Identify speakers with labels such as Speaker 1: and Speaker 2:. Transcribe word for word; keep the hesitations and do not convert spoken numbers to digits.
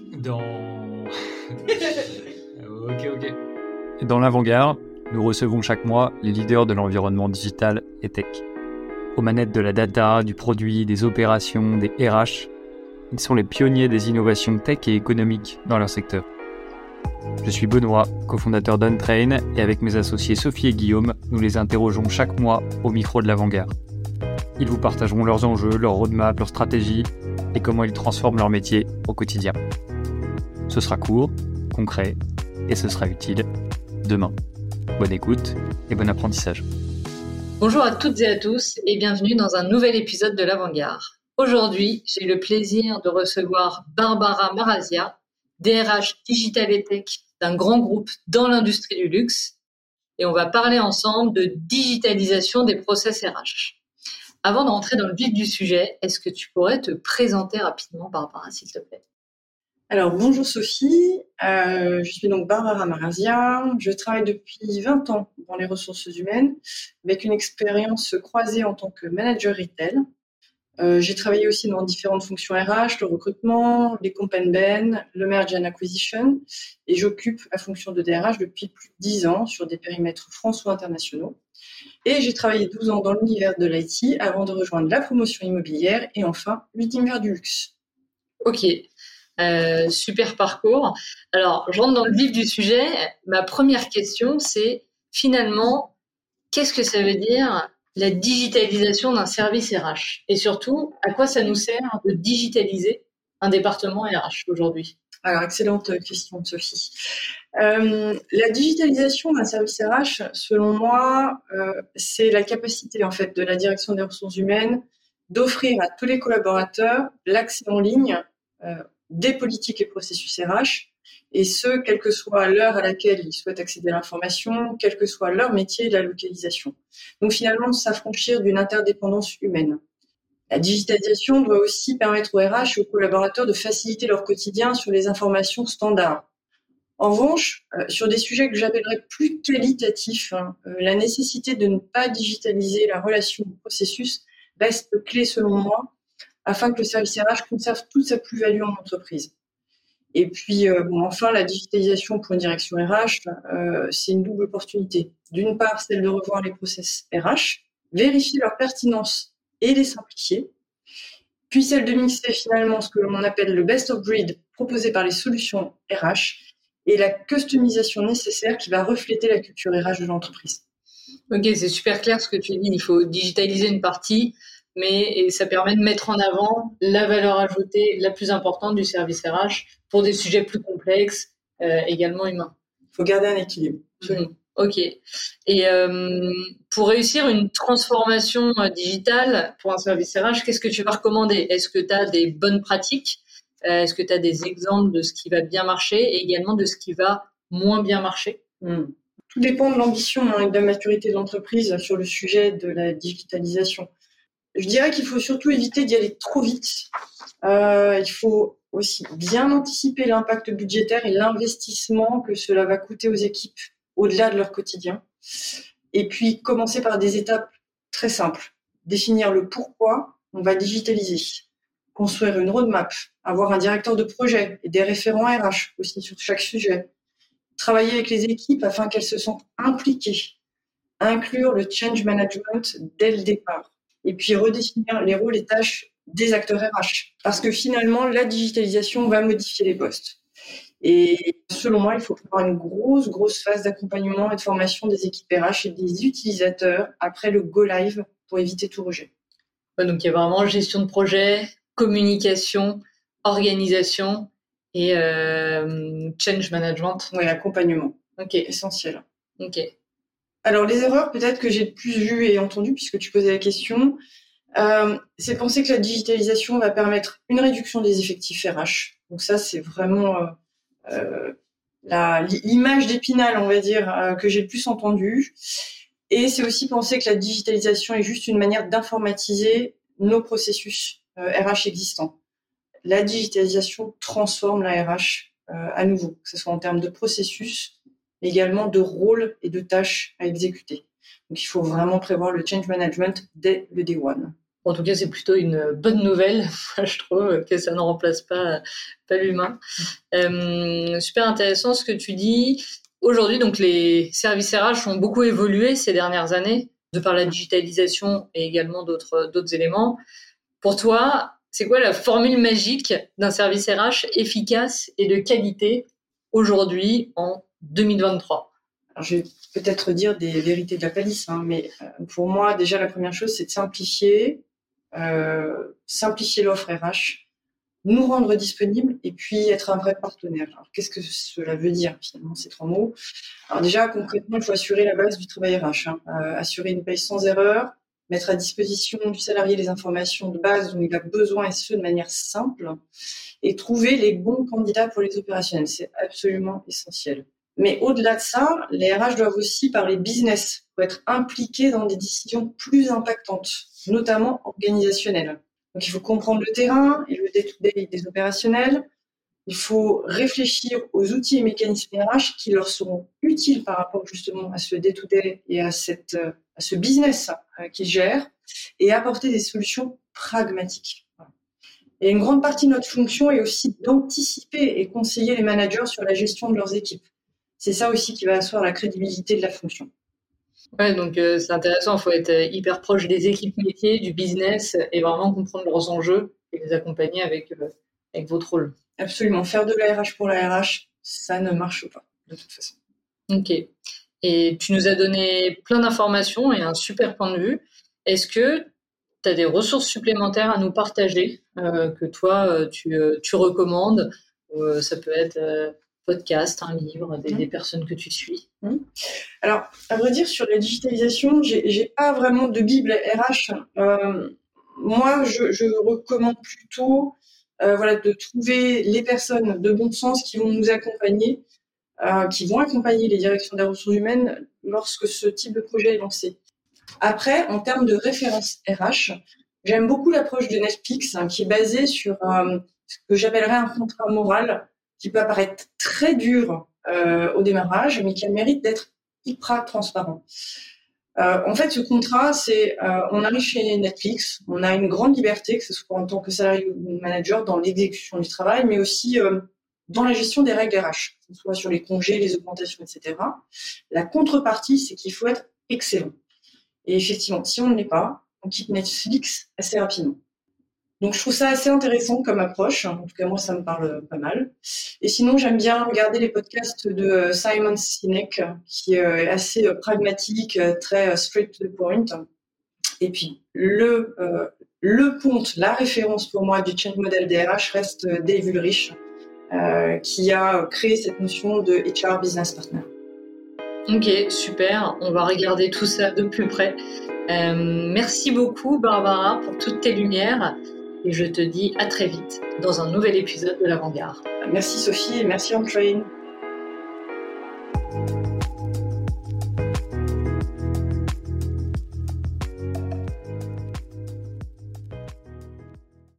Speaker 1: Dans... ok, ok. Dans l'Avant-Garde, nous recevons chaque mois les leaders de l'environnement digital et tech. Aux manettes de la data, du produit, des opérations, des R H, ils sont les pionniers des innovations tech et économiques dans leur secteur. Je suis Benoît, cofondateur d'Untrain, et avec mes associés Sophie et Guillaume, nous les interrogeons chaque mois au micro de l'Avant-Garde. Ils vous partageront leurs enjeux, leurs roadmaps, leurs stratégies et comment ils transforment leur métier au quotidien. Ce sera court, concret et ce sera utile demain. Bonne écoute et bon apprentissage.
Speaker 2: Bonjour à toutes et à tous et bienvenue dans un nouvel épisode de l'Avant-Garde. Aujourd'hui, j'ai le plaisir de recevoir Barbara Marazia, D R H Digital et Tech d'un grand groupe dans l'industrie du luxe, et on va parler ensemble de digitalisation des process R H. Avant de rentrer dans le vif du sujet, est-ce que tu pourrais te présenter rapidement, Barbara, s'il te plaît ?
Speaker 3: Alors, bonjour Sophie, euh, je suis donc Barbara Marazia, je travaille depuis vingt ans dans les ressources humaines, avec une expérience croisée en tant que manager retail. Euh, j'ai travaillé aussi dans différentes fonctions R H, le recrutement, les comp and ben, le merge and acquisition, et j'occupe la fonction de D R H depuis plus de dix ans sur des périmètres France ou internationaux. Et j'ai travaillé douze ans dans l'univers de l'I T avant de rejoindre la promotion immobilière et enfin l'univers du luxe.
Speaker 2: Ok, euh, super parcours. Alors, je rentre dans le vif du sujet. Ma première question, c'est finalement, qu'est-ce que ça veut dire la digitalisation d'un service R H? Et surtout, à quoi ça nous sert de digitaliser un département R H aujourd'hui?
Speaker 3: Alors, excellente question, Sophie. Euh, la digitalisation d'un service R H, selon moi, euh, c'est la capacité en fait de la direction des ressources humaines d'offrir à tous les collaborateurs l'accès en ligne euh, des politiques et processus R H, et ce, quelle que soit l'heure à laquelle ils souhaitent accéder à l'information, quel que soit leur métier et la localisation. Donc finalement, s'affranchir d'une interdépendance humaine. La digitalisation doit aussi permettre aux R H et aux collaborateurs de faciliter leur quotidien sur les informations standards. En revanche, euh, sur des sujets que j'appellerais plus qualitatifs, hein, euh, la nécessité de ne pas digitaliser la relation au processus reste clé selon moi, afin que le service R H conserve toute sa plus-value en entreprise. Et puis, euh, bon, enfin, la digitalisation pour une direction R H, euh, c'est une double opportunité. D'une part, celle de revoir les process R H, vérifier leur pertinence et les simplifier, puis celle de mixer finalement ce que l'on appelle le best of breed proposé par les solutions R H et la customisation nécessaire qui va refléter la culture R H de l'entreprise.
Speaker 2: Ok, c'est super clair ce que tu dis. Il faut digitaliser une partie, mais et ça permet de mettre en avant la valeur ajoutée la plus importante du service R H pour des sujets plus complexes, euh, également humains.
Speaker 3: Il faut garder un équilibre.
Speaker 2: Mmh. Ok. Et euh, pour réussir une transformation euh, digitale pour un service R H, qu'est-ce que tu vas recommander? Est-ce que tu as des bonnes pratiques? euh, Est-ce que tu as des exemples de ce qui va bien marcher et également de ce qui va moins bien marcher?
Speaker 3: mmh. Tout dépend de l'ambition hein, et de la maturité de l'entreprise sur le sujet de la digitalisation. Je dirais qu'il faut surtout éviter d'y aller trop vite. Euh, il faut aussi bien anticiper l'impact budgétaire et l'investissement que cela va coûter aux équipes au-delà de leur quotidien. Et puis, commencer par des étapes très simples. Définir le pourquoi on va digitaliser. Construire une roadmap. Avoir un directeur de projet et des référents R H aussi sur chaque sujet. Travailler avec les équipes afin qu'elles se sentent impliquées. Inclure le change management dès le départ. Et puis redéfinir les rôles et tâches des acteurs R H. Parce que finalement, la digitalisation va modifier les postes. Et selon moi, il faut prévoir une grosse, grosse phase d'accompagnement et de formation des équipes R H et des utilisateurs après le go live pour éviter tout rejet.
Speaker 2: Ouais, donc il y a vraiment gestion de projet, communication, organisation et euh, change management.
Speaker 3: Oui, accompagnement.
Speaker 2: Ok.
Speaker 3: Essentiel.
Speaker 2: Ok.
Speaker 3: Alors, les erreurs peut-être que j'ai le plus vues et entendues, puisque tu posais la question, euh, c'est penser que la digitalisation va permettre une réduction des effectifs R H. Donc ça, c'est vraiment euh, euh, la, l'image d'Épinal, on va dire, euh, que j'ai le plus entendue. Et c'est aussi penser que la digitalisation est juste une manière d'informatiser nos processus euh, R H existants. La digitalisation transforme la R H euh, à nouveau, que ce soit en termes de processus, mais également de rôles et de tâches à exécuter. Donc, il faut vraiment prévoir le change management dès le day one.
Speaker 2: En tout cas, c'est plutôt une bonne nouvelle. Je trouve que ça ne remplace pas, pas l'humain. Euh, super intéressant ce que tu dis. Aujourd'hui, donc, les services R H ont beaucoup évolué ces dernières années, de par la digitalisation et également d'autres, d'autres éléments. Pour toi, c'est quoi la formule magique d'un service R H efficace et de qualité aujourd'hui en deux mille vingt-trois?
Speaker 3: Alors, je vais peut-être dire des vérités de la palisse, hein, mais pour moi, déjà, la première chose, c'est de simplifier, euh, simplifier l'offre R H, nous rendre disponibles et puis être un vrai partenaire. Alors, qu'est-ce que cela veut dire, finalement, ces trois mots? Alors déjà, concrètement, il faut assurer la base du travail R H, hein, euh, assurer une paye sans erreur, mettre à disposition du salarié les informations de base dont il a besoin et ce, de manière simple, et trouver les bons candidats pour les opérationnels. C'est absolument essentiel. Mais au-delà de ça, les R H doivent aussi parler business pour être impliqués dans des décisions plus impactantes, notamment organisationnelles. Donc, il faut comprendre le terrain et le day-to-day des opérationnels. Il faut réfléchir aux outils et mécanismes R H qui leur seront utiles par rapport justement à ce day-to-day et à, cette, à ce business qu'ils gèrent et apporter des solutions pragmatiques. Et une grande partie de notre fonction est aussi d'anticiper et conseiller les managers sur la gestion de leurs équipes. C'est ça aussi qui va asseoir la crédibilité de la fonction.
Speaker 2: Ouais, donc euh, c'est intéressant, il faut être hyper proche des équipes métiers, du business et vraiment comprendre leurs enjeux et les accompagner avec, euh, avec votre rôle.
Speaker 3: Absolument, faire de la R H pour la R H, ça ne marche pas de toute façon.
Speaker 2: Ok, et tu nous as donné plein d'informations et un super point de vue. Est-ce que tu as des ressources supplémentaires à nous partager euh, que toi tu, tu recommandes? euh, Ça peut être... Euh, podcast, un livre, des, mmh. des personnes que tu suis.
Speaker 3: Mmh. Alors, à vrai dire, sur la digitalisation, j'ai, j'ai pas vraiment de bible R H. Euh, moi, je, je recommande plutôt, euh, voilà, de trouver les personnes de bon sens qui vont nous accompagner, euh, qui vont accompagner les directions des ressources humaines lorsque ce type de projet est lancé. Après, en termes de référence R H, j'aime beaucoup l'approche de Netflix, hein, qui est basée sur euh, ce que j'appellerais un contrat moral, qui peut apparaître très dur euh, au démarrage, mais qui a le mérite d'être hyper transparent. Euh, en fait, ce contrat, c'est, euh, on arrive chez Netflix, on a une grande liberté, que ce soit en tant que salarié ou manager, dans l'exécution du travail, mais aussi euh, dans la gestion des règles R H, que ce soit sur les congés, les augmentations, et cetera. La contrepartie, c'est qu'il faut être excellent. Et effectivement, si on ne l'est pas, on quitte Netflix assez rapidement. Donc, je trouve ça assez intéressant comme approche. En tout cas, moi, ça me parle pas mal. Et sinon, j'aime bien regarder les podcasts de Simon Sinek, qui est assez pragmatique, très straight to the point. Et puis, le, euh, le ponte, la référence pour moi du change model des R H reste Dave Ulrich, euh, qui a créé cette notion de H R business partner.
Speaker 2: Ok, super. On va regarder tout ça de plus près. Euh, merci beaucoup, Barbara, pour toutes tes lumières. Et je te dis à très vite dans un nouvel épisode de l'Avant-Garde.
Speaker 3: Merci Sophie et merci Anne-Train.